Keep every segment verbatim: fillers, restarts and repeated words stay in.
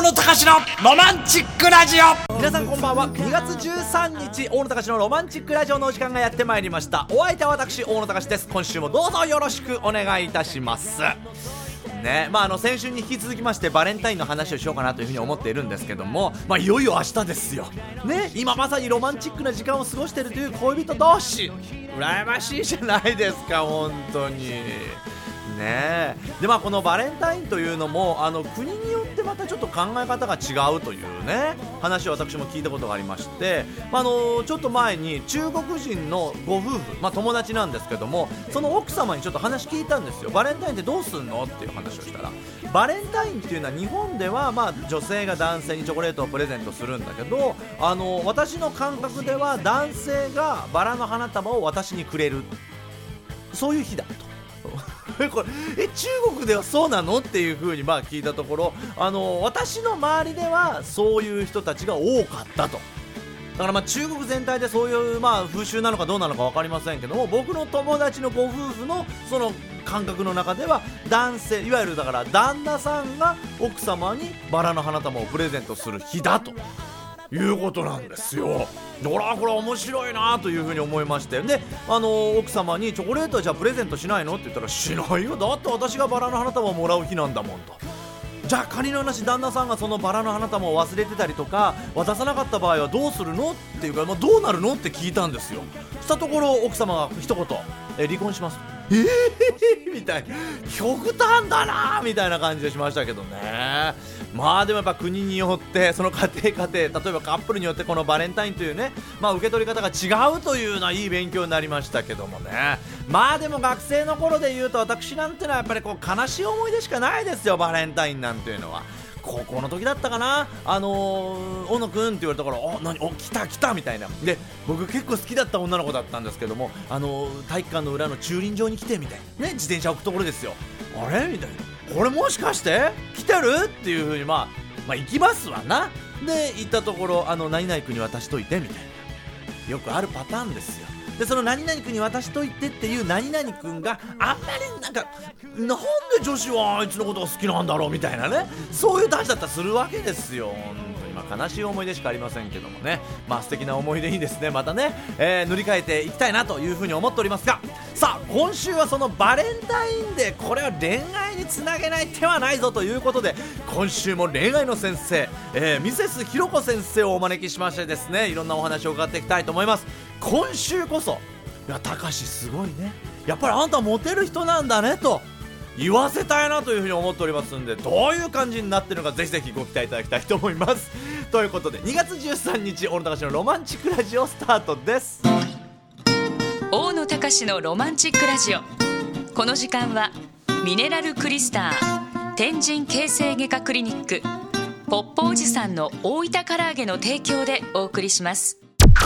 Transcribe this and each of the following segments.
野隆のロマンチックラジオ。 皆さんこんばんは。にがつじゅうさんにち、大野隆のロマンチックラジオのお時間がやってまいりました。お相手は私、大野隆です。今週もどうぞよろしくお願いいたしますね。まあ、あの先週に引き続きましてバレンタインの話をしようかなというふうに思っているんですけども、まあ、いよいよ明日ですよ、ね、今まさにロマンチックな時間を過ごしているという恋人同士、羨ましいじゃないですか本当にね。で、まあ、このバレンタインというのもあの国によってまたちょっと考え方が違うというね話を私も聞いたことがありまして、まあ、あのちょっと前に中国人のご夫婦、まあ、友達なんですけども、その奥様にちょっと話聞いたんですよ。バレンタインってどうすんのっていう話をしたら、バレンタインっていうのは日本ではまあ女性が男性にチョコレートをプレゼントするんだけど、あの私の感覚では男性がバラの花束を私にくれる、そういう日だとこれえ中国ではそうなのっていう風にまあ聞いたところ、あの私の周りではそういう人たちが多かったと。だからまあ中国全体でそういうまあ風習なのかどうなのか分かりませんけども、僕の友達のご夫婦のその感覚の中では男性、いわゆるだから旦那さんが奥様にバラの花束をプレゼントする日だということなんですよ。だからこれ面白いなというふうに思いまして、で、あのー、奥様にチョコレートはじゃあプレゼントしないのって言ったら、しないよ、だって私がバラの花束をもらう日なんだもんと。じゃあ仮の話、旦那さんがそのバラの花束を忘れてたりとか渡さなかった場合はどうするのっていうか、まあ、どうなるのって聞いたんですよ。したところ奥様が一言、え離婚しますえーみたいな、極端だなみたいな感じでしましたけどね。まあでもやっぱ国によってその家庭家庭、例えばカップルによってこのバレンタインというね、まあ受け取り方が違うというのはいい勉強になりましたけどもね。まあでも学生の頃で言うと私なんてのはやっぱりこう悲しい思い出しかないですよ、バレンタインなんていうのは。高校の時だったかな、あのー、小野くんって言われたから、お何お来た来たみたいなで、僕結構好きだった女の子だったんですけども、あのー、体育館の裏の駐輪場に来てみたいなね、自転車置くところですよ。あれみたいな、これもしかして来てるっていう風に、まあまあ行きますわな。で行ったところ、あの何々くんに渡しといてみたいな、よくあるパターンですよ。でその何々くんに渡しといてっていう何々くんがあんまりなんか、なんで女子はあいつのことが好きなんだろうみたいなね、そういう男子だったらするわけですよ。本当に、まあ、悲しい思い出しかありませんけどもね、まあ素敵な思い出にですねまたね、えー、塗り替えていきたいなというふうに思っておりますが、さあ今週はそのバレンタインデー、これは恋愛につなげない手はないぞということで、今週も恋愛の先生、えー、ミセスひろこ先生をお招きしましてですね、いろんなお話を伺っていきたいと思います。今週こそ、いや、たかしすごいね、やっぱりあんたモテる人なんだねと言わせたいなというふうに思っておりますんで、どういう感じになっているのかぜひぜひご期待いただきたいと思いますということで、にがつじゅうさんにち、大野隆のロマンチックラジオスタートです。 大野隆のロマンチックラジオ。この時間はミネラルクリスター、天神形成外科クリニック、ポッポおじさんの大分唐揚げの提供でお送りします。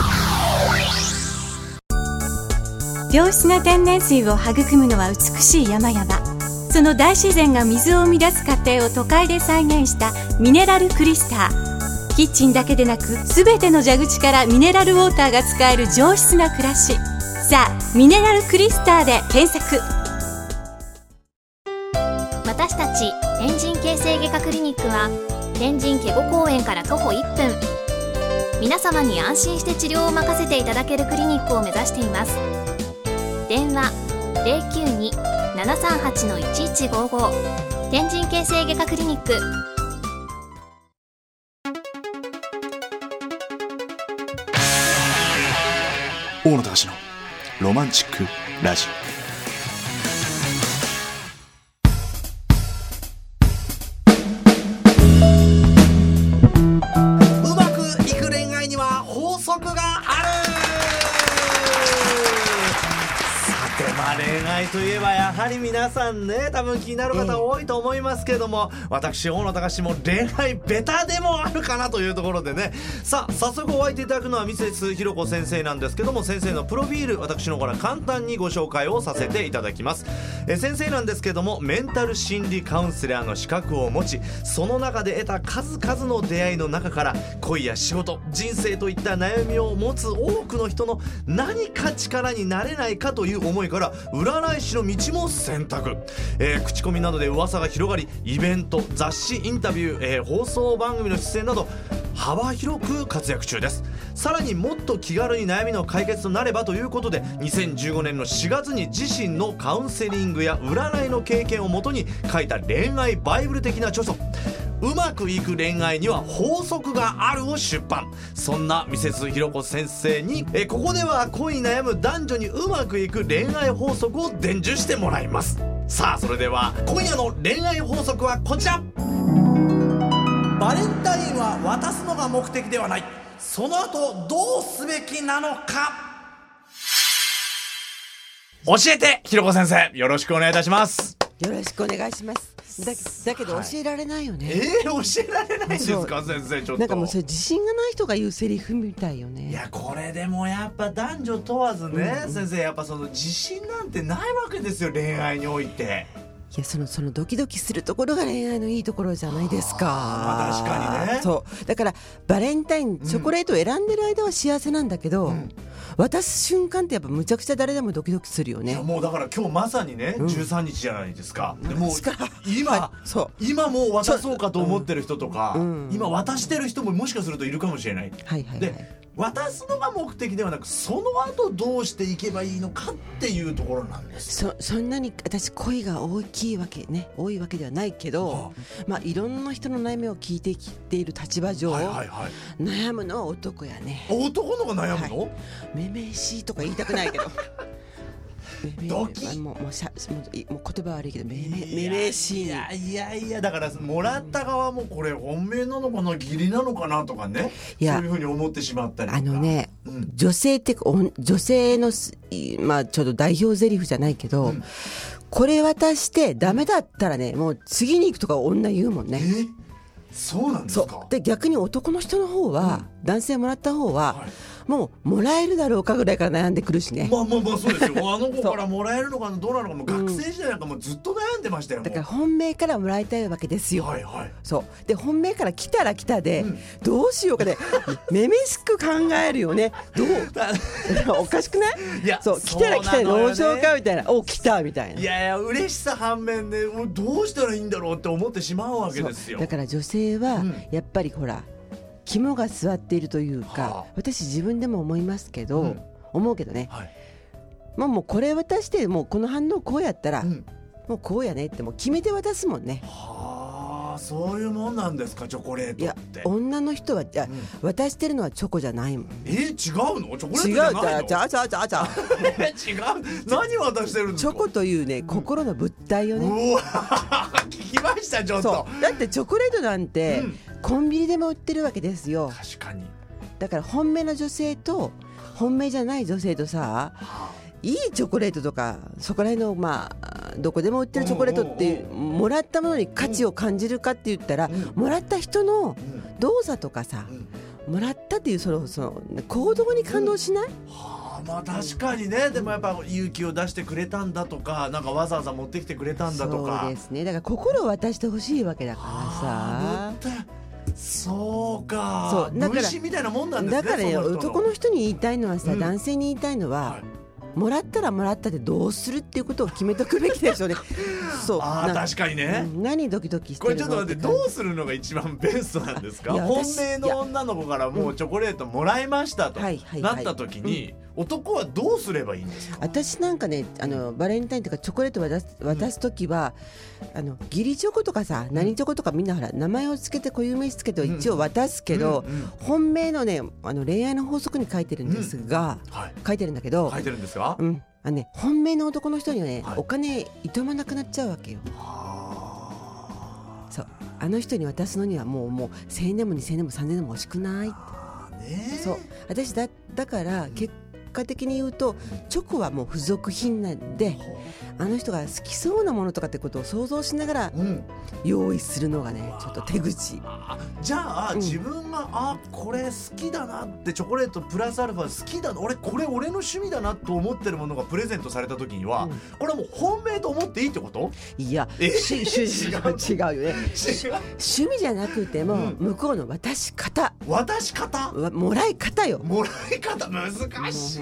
良質な天然水を育むのは美しい山々。その大自然が水を生み出す過程を都会で再現したミネラルクリスター。キッチンだけでなく全ての蛇口からミネラルウォーターが使える上質な暮らし。さあミネラルクリスターで検索。 私たち天神形成外科クリニックは天神ケゴ公園から徒歩いっぷん、皆様に安心して治療を任せていただけるクリニックを目指しています。電話 ゼロきゅうに ななさんはち いちいちごご 天神形成外科クリニック。 大野隆のロマンチックラジオ。うまくいく恋愛には法則がある。まあ恋愛といえばやはり皆さんね、多分気になる方多いと思いますけども、うん、私大野隆も恋愛ベタでもあるかなというところでね、さあ早速お会いいただくのはミセスひろこ先生なんですけども、先生のプロフィール、私の方から簡単にご紹介をさせていただきます。え先生なんですけども、メンタル心理カウンセラーの資格を持ち、その中で得た数々の出会いの中から恋や仕事、人生といった悩みを持つ多くの人の何か力になれないかという思いから占いしの道も選択、えー、口コミなどで噂が広がり、イベント、雑誌、インタビュー、えー、放送番組の出演など幅広く活躍中です。さらにもっと気軽に悩みの解決となればということで、にせんじゅうごねんのしがつに自身のカウンセリングや占いの経験をもとに書いた恋愛バイブル的な著書、うまくいく恋愛には法則があるを出版。そんなミセスひろこ先生にえここでは恋に悩む男女にうまくいく恋愛法則を伝授してもらいます。さあそれでは今夜の恋愛法則はこちら。バレンタインは渡すのが目的ではない、その後どうすべきなのか。教えてひろこ先生、よろしくお願いいたします。 よろしくお願いします。だ, だけど教えられないよね、 はい、えー、教えられないんですか先生。ちょっとなんかもうそれ自信がない人が言うセリフみたいよね。 いやこれでもやっぱ男女問わずね、うんうん、先生やっぱその自信なんてないわけですよ、恋愛において。 いやそのそのドキドキするところが恋愛のいいところじゃないですか。 まあ、確かにね。 そうだからバレンタインチョコレートを選んでる間は幸せなんだけど、うん、渡す瞬間ってやっぱむちゃくちゃ誰でもドキドキするよね。 いやもうだから今日まさにね、うん、じゅうさんにちじゃないですか。でもう今、 はい、そう今もう渡そうかと思ってる人とか、 うん、 今渡してる人ももしかするといるかもしれない。 はいはいはい、 で渡すのが目的ではなく、その後どうしていけばいいのかっていうところなんです。 そ, そんなに私恋が大きいわけね多いわけではないけど、はあ、まあいろんな人の悩みを聞いてきている立場上、はいはいはい、悩むのは男やね。 男のが悩むの、はい、 めめしいとか言いたくないけどドキもうもうしゃもうもう言葉悪いけどめめめめしい。 いやいやいやだからもらった側もこれ本命なのかな義理なのかなとかね、そういうふうに思ってしまったりとか。 あのね、 うん、 女性って女性のまあちょっと代表台詞じゃないけど、うん、これ渡してダメだったらねもう次に行くとか女言うもんね。 えそうなんですか。 そうで逆に男の人の方は、うん、男性もらった方は、はい、もうもらえるだろうかぐらいから悩んでくるしね。 まあまあまあそうですよあの子からもらえるのかなどうなのかも学生時代なんかもうずっと悩んでましたよ、うん、 だから本命からもらいたいわけですよ、 はいはい、 そうで本命から来たら来たで、うん、どうしようかねめめしく考えるよね。どうおかしくない？いやそう来たら来たでどうしようかみたいな、お来たみたいな。 いやいや嬉しさ反面でどうしたらいいんだろうって思ってしまうわけですよ。 だから女性はやっぱりほら、うん肝が据わっているというか、はあ、私自分でも思いますけど、うん、思うけどね、はい、まあ、もうこれ渡してもうこの反応こうやったら、うん、もうこうやねってもう決めて渡すもんね。 はあ、そういうもんなんですかチョコレートって。いや女の人はじゃ、うん、渡してるのはチョコじゃないもん。 えー、違うの？チョコレートじゃないの？違うじゃあじゃあじゃあじゃあ違う何渡してるんですか？ チョコというね、うん、心の物体よね。 うわ聞きましたちょっと。 そうだってチョコレートなんて、うん、コンビニでも売ってるわけですよ。 確かに。 だから本命の女性と本命じゃない女性とさ、はあ、いいチョコレートとかそこら辺のまあどこでも売ってるチョコレートっていうもらったものに価値を感じるかって言ったら、うん、もらった人の動作とかさ、うん、もらったっていうそのその行動に感動しない？うん、 はあ、まあ確かにね。でもやっぱ勇気を出してくれたんだとか、なんかわざわざ持ってきてくれたんだとか。 そうですね。だから心を渡してほしいわけだからさ。 そうか。そうだから虫みたいなもんなんですね。 だからよ男の人に言いたいのはさ、うん、男性に言いたいのは、はい、もらったらもらったでどうするっていうことを決めとくべきでしょうね。そうあ確かにね、 うん、何ドキドキしてるの。 これちょっと待って、どうするのが一番ベストなんですか？本命の女の子からもうチョコレートもらいましたと、うん、なった時に、うん、男はどうすればいいんですか？ 私なんかね、あのバレンタインとかチョコレートを渡す、渡す時は、うん、あの義理チョコとかさ、何チョコとかみんなほら名前をつけて固有名詞つけて一応渡すけど、うんうんうん、本命のね、あの恋愛の法則に書いてるんですが、うんはい、書いてるんだけど、 書いてるんですか？ うん、あのね、本命の男の人にはね、はい、お金いとまなくなっちゃうわけよ。そう、あの人に渡すのにはもうもうせんえんでもにせんえんでもさんぜんえんでも欲しくない。ね、そう私 だ, だから結果的に言うとチョコはもう付属品なんで、あの人が好きそうなものとかってことを想像しながら用意するのがね、ちょっと手口。 じゃあ、うん、自分があこれ好きだなってチョコレートプラスアルファ好きだな、俺これ俺の趣味だなと思ってるものがプレゼントされた時には、うん、これはもう本命と思っていいってこと？ いや、え趣味違うよね。趣味じゃなくても、うん、向こうの渡し方渡し方もらい方よ。 もらい方難しい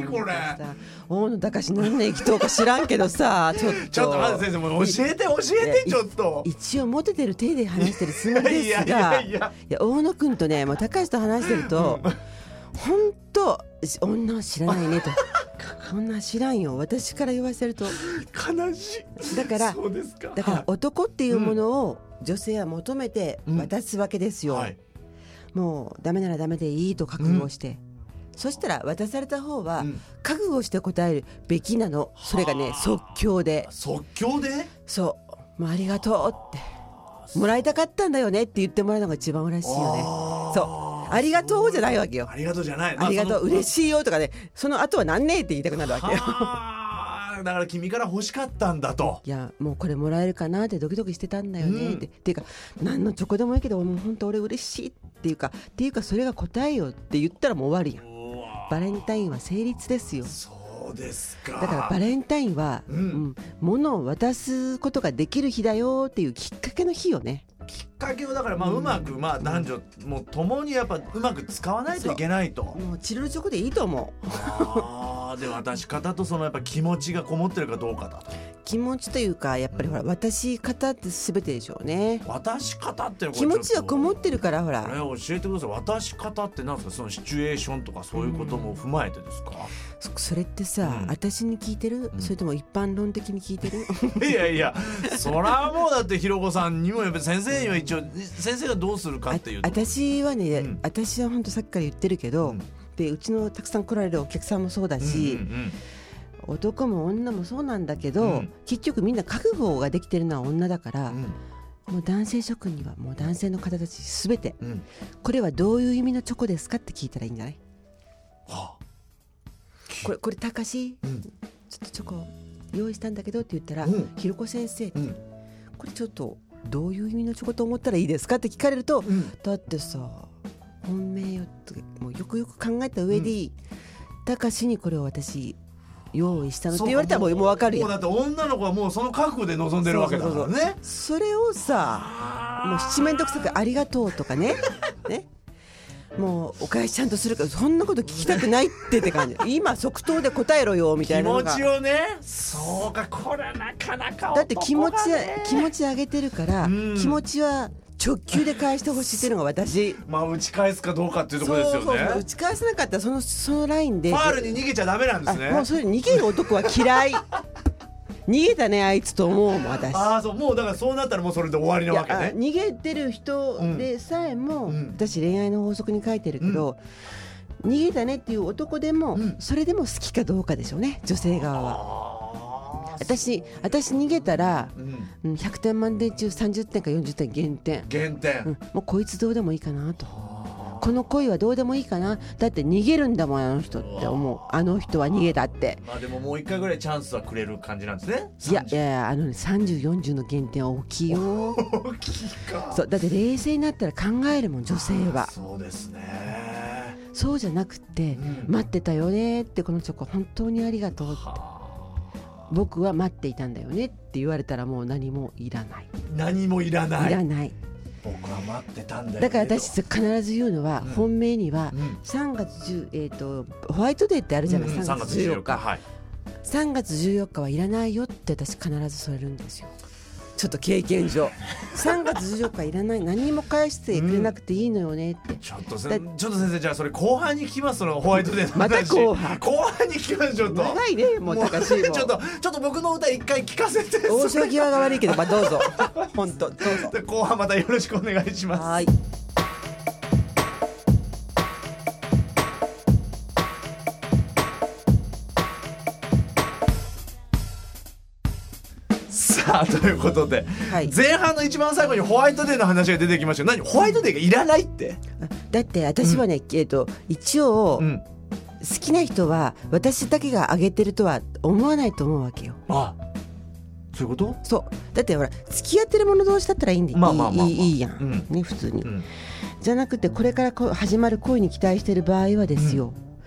何これ。 大野隆何年生きとうか知らんけどさちょっとちょっと待って先生もう教えて教えてちょっと。 一応モテてる体で話してるつもりですがいやいやいやいや大野くんとねもう高橋と話してると本当女は知らないねと女は知らんよ私から言わせると悲しい。 だからそうですか。 だから男っていうものを女性は求めて渡すわけですよ、 はい、 もうダメならダメでいいと覚悟して、うん、そしたら渡された方は覚悟して答えるべきなの、それがね即興で。 即興でそうもうありがとうってもらいたかったんだよねって言ってもらうのが一番嬉しいよね。そうありがとうじゃないわけよ。 ありがとうじゃない、 ありがとう嬉しいよとかね、その後はなんねえって言いたくなるわけよ。 だから君から欲しかったんだと。 いやもうこれもらえるかなってドキドキしてたんだよねって、うん、っていうか何のチョコでもいいけどもう本当俺嬉しいっていうかっていうかそれが答えよって言ったらもう終わるやん。バレンタインは成立ですよ。 そうですか。 だからバレンタインは、うんうん、物を渡すことができる日だよっていうきっかけの日よね。 きっかけをだからまあうまく、まあ男女もう共にやっぱうまく使わないといけないと。 もうチルルチョコでいいと思う。 あで渡し方とそのやっぱ気持ちがこもってるかどうかだと。 気持ちというかやっぱりほら、うん、渡し方って全てでしょうね。 渡し方って気持ちはこもってるからほら、 ね、教えてください。渡し方って何ですか。そのシチュエーションとかそういうことも踏まえてですか。うん、 そ, それってさ、うん、私に聞いてる、うん、それとも一般論的に聞いてる。いやいやそらもうだってひろこさんにもやっぱ先生には一応先生がどうするかっていう。 私はね、うん、私は本当さっきから言ってるけど、うん、でうちのたくさん来られるお客さんもそうだし、うんうんうん男も女もそうなんだけど、うん、結局みんな覚悟ができてるのは女だから、うん、もう男性諸君にはもう男性の方たちすべて、うん、これはどういう意味のチョコですかって聞いたらいいんじゃない、はあ、これこれたかし、うん、ちょっとチョコ用意したんだけどって言ったら、うん、ひろこ先生って、うん、これちょっとどういう意味のチョコと思ったらいいですかって聞かれると、うん、だってさ本命よってもうよくよく考えた上でたかしにこれを私用意したのって言われたらもうもう分かるやん。 もうだって女の子はもうその覚悟で臨んでるわけだからね。そうそうそう。 それをさもう七面倒くさくありがとうとかねねもうお返しちゃんとするからそんなこと聞きたくないってって感じ。今即答で答えろよみたいなのが気持ちをね。そうかこれなかなか、ね、 だって気持ち気持ち上げてるから、うん、気持ちは直球で返してほしいっていうのが私。 まあ打ち返すかどうかっていうところですよね。そうそうそう打ち返せなかったらそのそのラインでファールに逃げちゃダメなんですね。 もうそれ逃げる男は嫌い。逃げたねあいつと思うもん私。 ああそうもうだからそうなったらもうそれで終わりなわけね。 逃げてる人でさえも、うん、私恋愛の法則に書いてるけど、うん、逃げたねっていう男でも、うん、それでも好きかどうかでしょうね女性側は。私, 私逃げたら、うん、ひゃくてん満点中さんじゅってんかよんじゅってん減点減点、うん、 もうこいつどうでもいいかなとこの恋はどうでもいいかなだって逃げるんだもんあの人って思う。あの人は逃げたって。 まあでももう一回ぐらいチャンスはくれる感じなんですね。 いやいやあのねさんじゅう、よんじゅうの減点は大きいよ。 大きいか。 そうだって冷静になったら考えるもん女性は。 そうですね。 そうじゃなくて、うん、待ってたよねってこのチョコ本当にありがとうって僕は待っていたんだよねって言われたらもう何もいらない。 何もいらない。 いらない。 僕は待ってたんだよね。 だから私必ず言うのは、うん、本命にはさんがつじゅう、えーとホワイトデーってあるじゃない、うん、さんがつじゅうよっか、はい、さんがつじゅうよっかはいらないよって私必ず添えるんですよ。ちょっと経験上さんがつじゅうよっかいらない何にも返してくれなくていいのよねって、うん、 ちょっとちょっと先生じゃあそれ後半に聞きます。そのホワイトデーのまた後半後半に聞きます。ちょっと長いねもう高しいもちょっとちょっと僕の歌一回聞かせて。 大城際が悪いけどまあどうぞ本当どうぞ後半またよろしくお願いします。 はいさあということで、はい、前半の一番最後にホワイトデーの話が出てきましたけど何ホワイトデーがいらないって。 だって私はね、うん、えーと、一応、うん、好きな人は私だけがあげてるとは思わないと思うわけよ。 ああそういうこと。 そうだってほら付き合ってる者同士だったらいいんで、まあまあまあまあ、いいいいやん、うん、ね普通に、うん、じゃなくてこれからこ始まる恋に期待してる場合はですよ、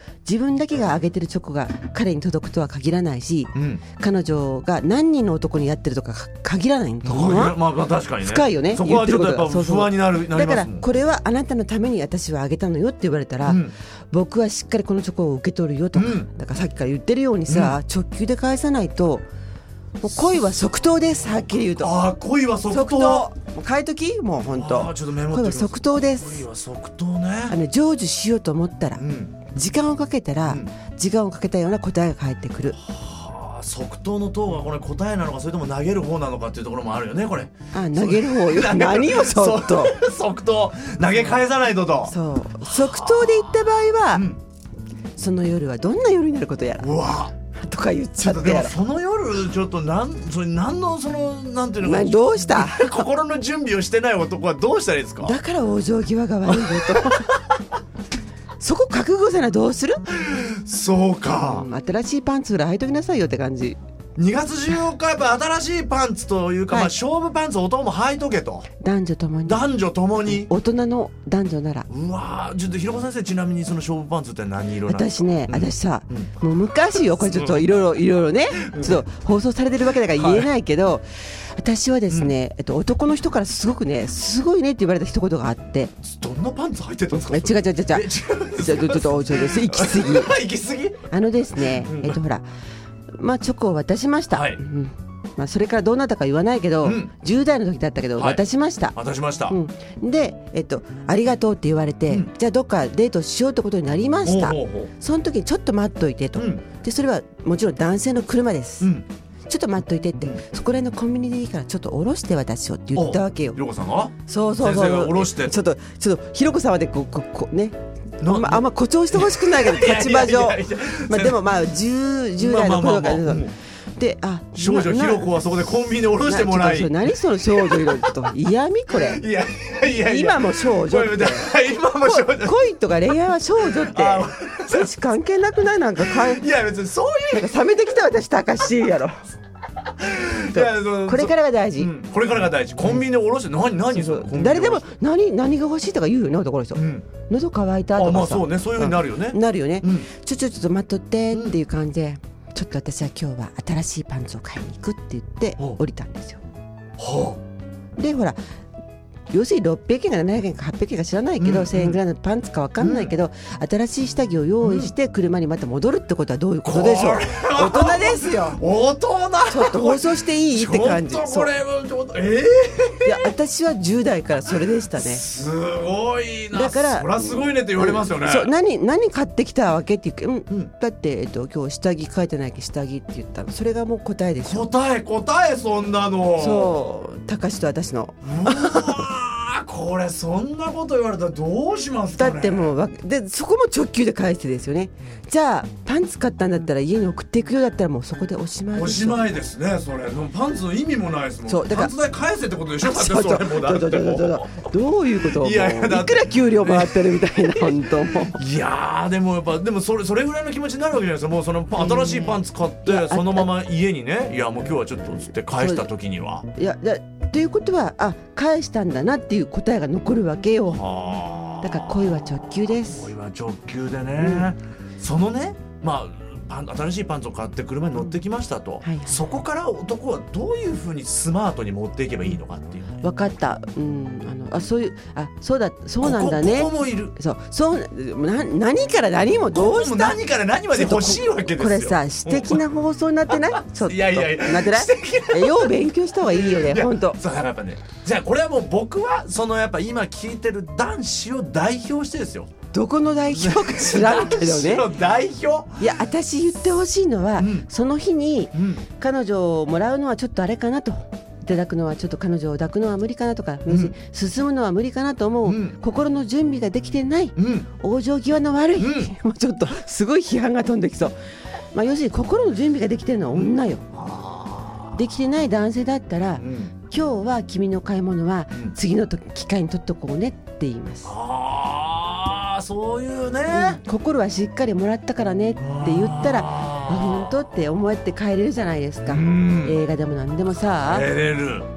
自分だけがあげてるチョコが彼に届くとは限らないし、 うん、 彼女が何人の男にやってるとか限らないのかな。 まあ確かにね、 深いよね。 そこはちょっとやっぱ不安になる、 そうそう、だからこれはあなたのために私はあげたのよって言われたら、うん、僕はしっかりこのチョコを受け取るよとか、うん、だからさっきから言ってるようにさ、うん、直球で返さないともう恋は即答です。はっきり言うと。 ああ、恋は即答。即答。 もう変えとき、もう本当。 ちょっとメモって恋は即答です。 恋は即答ね。 あの成就しようと思ったら、うん、時間をかけたら、うん、時間をかけたような答えが返ってくる。 はあ、即答の答がこれ答えなのか、それとも投げる方なのかっていうところもあるよね、これ。 あ、投げる方よ。何を即答。 即答。投げ返さないとと。 そう。即答で言った場合は、うん、その夜はどんな夜になることやら。 うわ。 とか言っちゃってやろ。 その夜ちょっとなんそれ何のそのなんていうのか、 どうした心の準備をしてない男はどうしたらいいですか。 だから往生際が悪いよとそこ覚悟せなどうする。 そうか、 うん、新しいパンツぐらい履いときなさいよって感じ。 にがつじゅうよっかやっぱ新しいパンツというか、はい、まあ、勝負パンツ男も履いとけと。 男女ともに男女ともに大人の男女なら。 うわー、ちょっとひろこ先生、ちなみにその勝負パンツって何色なんですか。 私ね、うん、私さ、うん、もう昔よ、これちょっといろいろいろいろね、ちょっと放送されてるわけだから言えないけど、はい、私はですね、うん、えっと、男の人からすごくね、すごいねって言われた一言があって。 どんなパンツ履いてたんですか。 違う違う違う違う、ちょっとちょっとちょっと行き過ぎ行き過ぎ。 あのですね、えっとほら、まあ、チョコを渡しました、はい、うん、まあ、それからどうなったか言わないけど、うん、じゅう代の時だったけど、はい、渡しました渡しました、 うん、で、えっと、ありがとうって言われて、うん、じゃあどっかデートしようってことになりました。ほうほうほう。その時にちょっと待っといてと、うん、でそれはもちろん男性の車です、うん、ちょっと待っといてって、うん、そこら辺のコンビニでいいからちょっと降ろして私をって言ったわけよ。 ひろこさんが。 そうそうそう、 先生が降ろしてちょっとちょっとひろこさんはでこうこうこうね、あんま、あんま誇張してほしくないけど立場上、まあでもまあ 10, 10代の頃から、まあまあまあまあ、で、あ、 少女ひろこはそこでコンビニで降ろしてもらい、 何その少女ひろこと嫌味これ。いやいやいや、今も少女って今も少女、 恋とか恋愛は少女って私関係なくない。なんかかいや別にそういうなんか冷めてきた私高しやろいやこれからが大事、うん、 これからが大事。コンビニで降ろして、何何それ。 誰でも何何が欲しいとか言うよね、男の人、うん、喉乾いたとかさ。あ、まあそうね、 そういう風になるよね、 なるよね、うん、ちょちょちょっと待っとってっていう感じで、うん、ちょっと私は今日は新しいパンツを買いに行くって言って降りたんですよ。はあ、でほら、要するにろっぴゃくえんかななひゃくえんかはっぴゃくえんか知らないけど、うん、せんえんぐらいのパンツか分かんないけど、うん、新しい下着を用意して車にまた戻るってことはどういうことでしょう。大人ですよ。 大人。 ちょっと放送していいって感じ。 ちょっとこれちょっとえー、 いや私はじゅう代からそれでしたね。 すごいな。 だからそりゃすごいねって言われますよね。 そう、何何買ってきたわけって言う、うんうん、だって、えっと、今日下着書いてないけど下着って言ったの、それがもう答えでしょ。 答え答え、そんなの。 そう、高志と私の。 これそんなこと言われたらどうしますかね。 だってもうでそこも直球で返してですよね。じゃあパンツ買ったんだったら家に送っていくようだったらもうそこでおしまいでしょ。 おしまいですね。それパンツの意味もないですもん。 そうだからパンツ代返せってことでしょ。だってそれもだってどういうこと。いやいや、いくら給料回ってるみたいな本当もいやでもやっぱでもそれそれぐらいの気持ちになるわけじゃないですか。もうその新しいパンツ買ってそのまま家にね、いやもう今日はちょっとつって返した時には、 いやということは、あ、返したんだなっていう答えが残るわけよ。だから恋は直球です。 恋は直球でね、うん、そのね、まあパン新しいパンツを買って車に乗ってきましたと、うん、はいはい、そこから男はどういうふうにスマートに持っていけばいいのかっていう、ね、 分かった、うん、あのあそういうあそうだそうなんだね。 ここもいる。 そうそうな何から何もどうした。 ここも何から何まで欲しいわけですよ。 これさ素敵な放送になってないちょっと。 いやいやいやなってないえよう勉強した方がいいよね本当。 そうだからやっぱね、じゃあこれはもう僕はそのやっぱ今聞いてる男子を代表してですよ。 どこの代表か知らんけどね。 男子の代表。いや私言ってほしいのは、うん、その日に、うん、彼女をもらうのはちょっとあれかなと、いただくのはちょっと彼女を抱くのは無理かなとか、うん、進むのは無理かなと思う、うん、心の準備ができてない、うん、往生際の悪い、うん、もうちょっとすごい批判が飛んできそう、まあ、要するに心の準備ができてるのは女よ、うん、できてない男性だったら、うん、今日は君の買い物は次の機会に取っとこうねって言います、うん、 あそういうね、 うん、心はしっかりもらったからねって言ったら本当って思って帰れるじゃないですか、うん、映画でも何でもさ帰れる。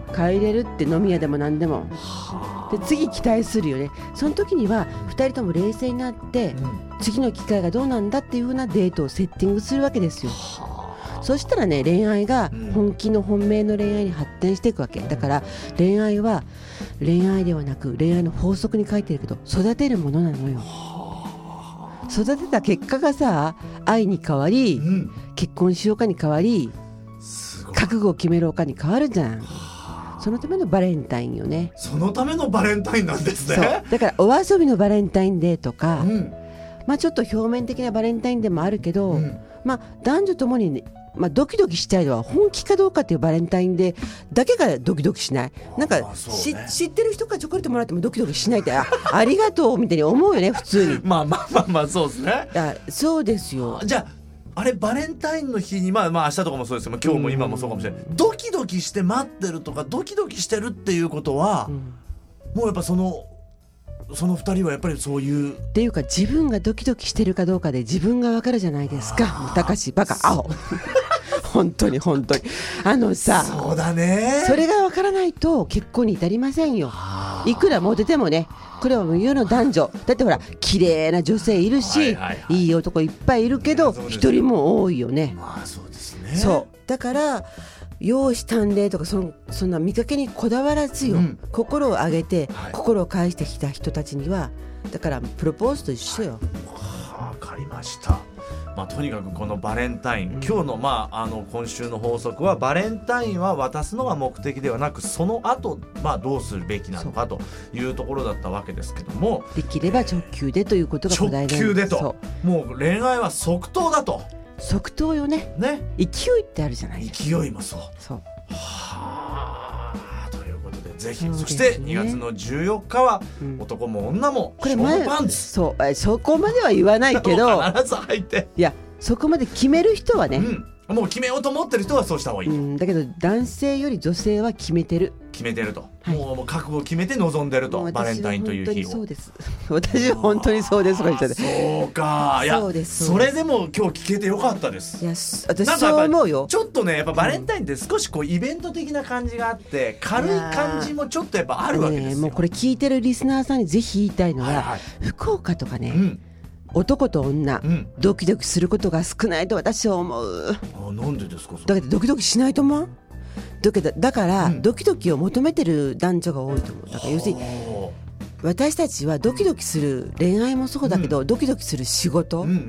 帰れるって飲み屋でも何でもで次期待するよね。その時にはふたりとも冷静になって、うん、次の機会がどうなんだっていう風なデートをセッティングするわけですよ。そしたらね恋愛が本気の本命の恋愛に発展していくわけだから恋愛は恋愛ではなく恋愛の法則に書いてるけど育てるものなのよ。育てた結果がさ愛に変わり、うん、結婚しようかに変わり覚悟を決めろかに変わるじゃん。そのためのバレンタインよね。 そのためのバレンタインなんですね。 そうだからお遊びのバレンタインデーとか、うん、まあちょっと表面的なバレンタインでもあるけど、うん、まあ男女ともにねまあ、ドキドキしたいのは本気かどうかっていうバレンタインデーだけがドキドキしない。なんか、ね、知ってる人からチョコレートもらってもドキドキしないって あ, ありがとうみたいに思うよね普通にまあまあまあまあそうですね。 あそうですよ。 じゃああれバレンタインの日にまあまあ明日とかもそうですよ、今日も今もそうかもしれない、うん、ドキドキして待ってるとかドキドキしてるっていうことは、うん、もうやっぱそのそのふたりはやっぱりそういうっていうか自分がドキドキしてるかどうかで自分が分かるじゃないですか。たかしバカ青本当に本当にあのさそうだねそれが分からないと結婚に至りませんよ。いくらモテてもねこれは世の男女だってほら綺麗な女性いるし、はいはいはい、いい男いっぱいいるけど一人も多いよね。 まあそうですね。 そうだから容姿端麗とか そ, そんな見かけにこだわらずよ、うん、心を上げて、はい、心を返してきた人たちにはだからプロポーズと一緒よ。 わかりました。まあ、とにかくこのバレンタイン、うん、今日の、まあ、あの今週の法則はバレンタインは渡すのが目的ではなくその後、まあどうするべきなのかというところだったわけですけどもできれば直球でということが直球でともう恋愛は即答だと即答よ ね, ね勢いってあるじゃないですか。勢いもそうそうはあということでぜひ そ,、ね、そしてにがつのじゅうよっかは、うん、男も女もショートパンツそうそこまでは言わないけど必ず履いていやそこまで決める人はね、 うん、もう決めようと思ってる人はそうした方がいい、うん、 だけど男性より女性は決めてる決めてると、はい、もうもう覚悟を決めて臨んでるとバレンタインという日を。 そうです私は本当にそうですとか言っちゃってそうかいやそうですそれでも今日聞けてよかったです。 いや私そう思うよ。 ちょっとねやっぱバレンタインって少しこうイベント的な感じがあって軽い感じもちょっとやっぱあるわけですよ、ね、 もうこれ聞いてるリスナーさんにぜひ言いたいのは、はいはい、福岡とかね、うん男と女、うん、ドキドキすることが少ないと私は思う。 あなんでですか。 だけどドキドキしないと思う。だけどだから、うん、ドキドキを求めてる男女が多いと思う。だから要するに私たちはドキドキする恋愛もそうだけど、うん、ドキドキする仕事、うんうんうん、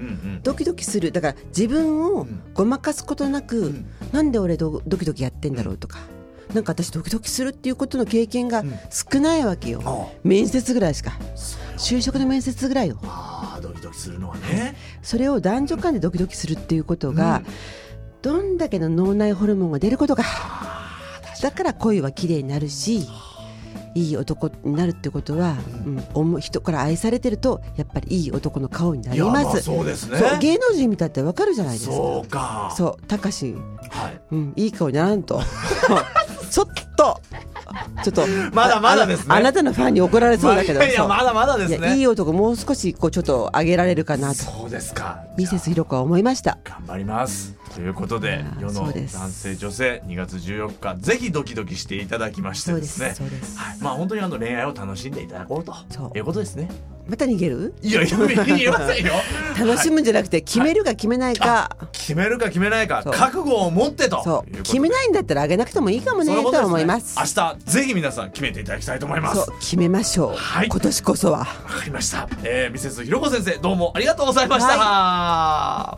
ドキドキするだから自分をごまかすことなく、うん、なんで俺ドドキドキやってんだろうとか、うん、なんか私ドキドキするっていうことの経験が少ないわけよ、うん、面接ぐらいしか就職の面接ぐらいよ。 あドキドキするのはね。 それを男女間でドキドキするっていうことが、うん、どんだけの脳内ホルモンが出ることがだから恋は綺麗になるしいい男になるってことは、うんうん、人から愛されてるとやっぱりいい男の顔になります。いや、まあ、 そうですね。 そう芸能人見たってわかるじゃないですか。 そうかそうたかし、はいうん、いい顔にならんとちょっとちょっとまだまだですね。 あ, あなたのファンに怒られそうだけど、まあ、 いやまだまだですね。 いやいい男もう少しこうちょっと上げられるかなと。 そうですか。 ミセスひろ子は思いました。 頑張りますということで世の男性女性にがつじゅうよっかぜひドキドキしていただきましてですね。 そうですそうです、 はい、まあ本当にあの恋愛を楽しんでいただこうということですね。 また逃げる？ いやいや逃げませんよ楽しむんじゃなくて決めるか決めないか、 はい、決めるか決めないか覚悟を持ってとそう決めないんだったらあげなくてもいいかもねと思います。 明日ぜひ皆さん決めていただきたいと思います。 そう決めましょう、はい、今年こそは。わかりました、えー、ミセスひろこ先生どうもありがとうございました、はい、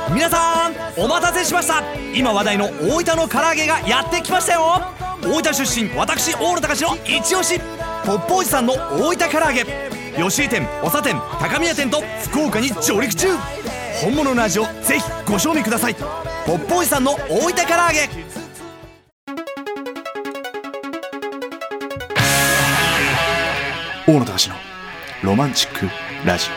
皆さんお待たせしました。今話題の大分の唐揚げがやってきましたよ。大分出身私大野隆の一押しポッポおじさんの大分唐揚げ吉井店、長店、高宮店と福岡に上陸中。本物の味をぜひご賞味ください。ポッポおじさんの大分唐揚げ。 大野隆のロマンチックラジ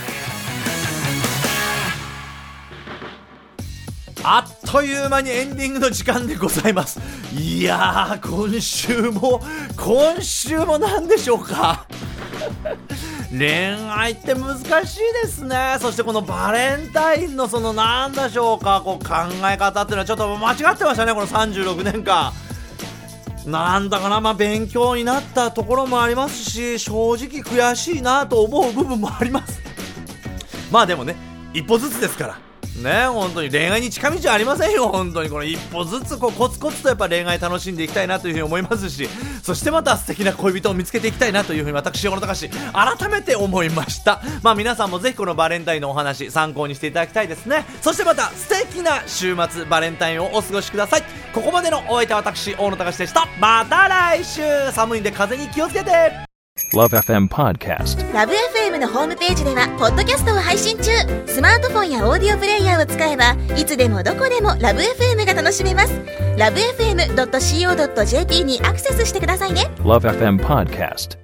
オ。あっという間にエンディングの時間でございます。いやー今週も今週も何でしょうか恋愛って難しいですね。そしてこのバレンタインのそのなんでしょうか、こう考え方っていうのはちょっと間違ってましたね、このさんじゅうろくねんかん。なんだかな、まあ勉強になったところもありますし、正直悔しいなと思う部分もあります。まあでもね、一歩ずつですからね、本当に恋愛に近道はありませんよ。本当にこの一歩ずつこうコツコツとやっぱ恋愛楽しんでいきたいなというふうに思いますし、そしてまた素敵な恋人を見つけていきたいなというふうに私小野隆改めて思いました。まあ皆さんもぜひこのバレンタインのお話参考にしていただきたいですね。そしてまた素敵な週末バレンタインをお過ごしください。ここまでのお相手は私大野隆でした。また来週。寒いんで風邪に気をつけて。 ラブ エフエム Podcast。 ラブ エフエム のホームページではポッドキャストを配信中。スマートフォンやオーディオプレイヤーを使えばいつでもどこでもラブ エフエム が楽しめます。ラブ エフエムドットシーオードットジェーピー にアクセスしてくださいね。 ラブ エフエム Podcast。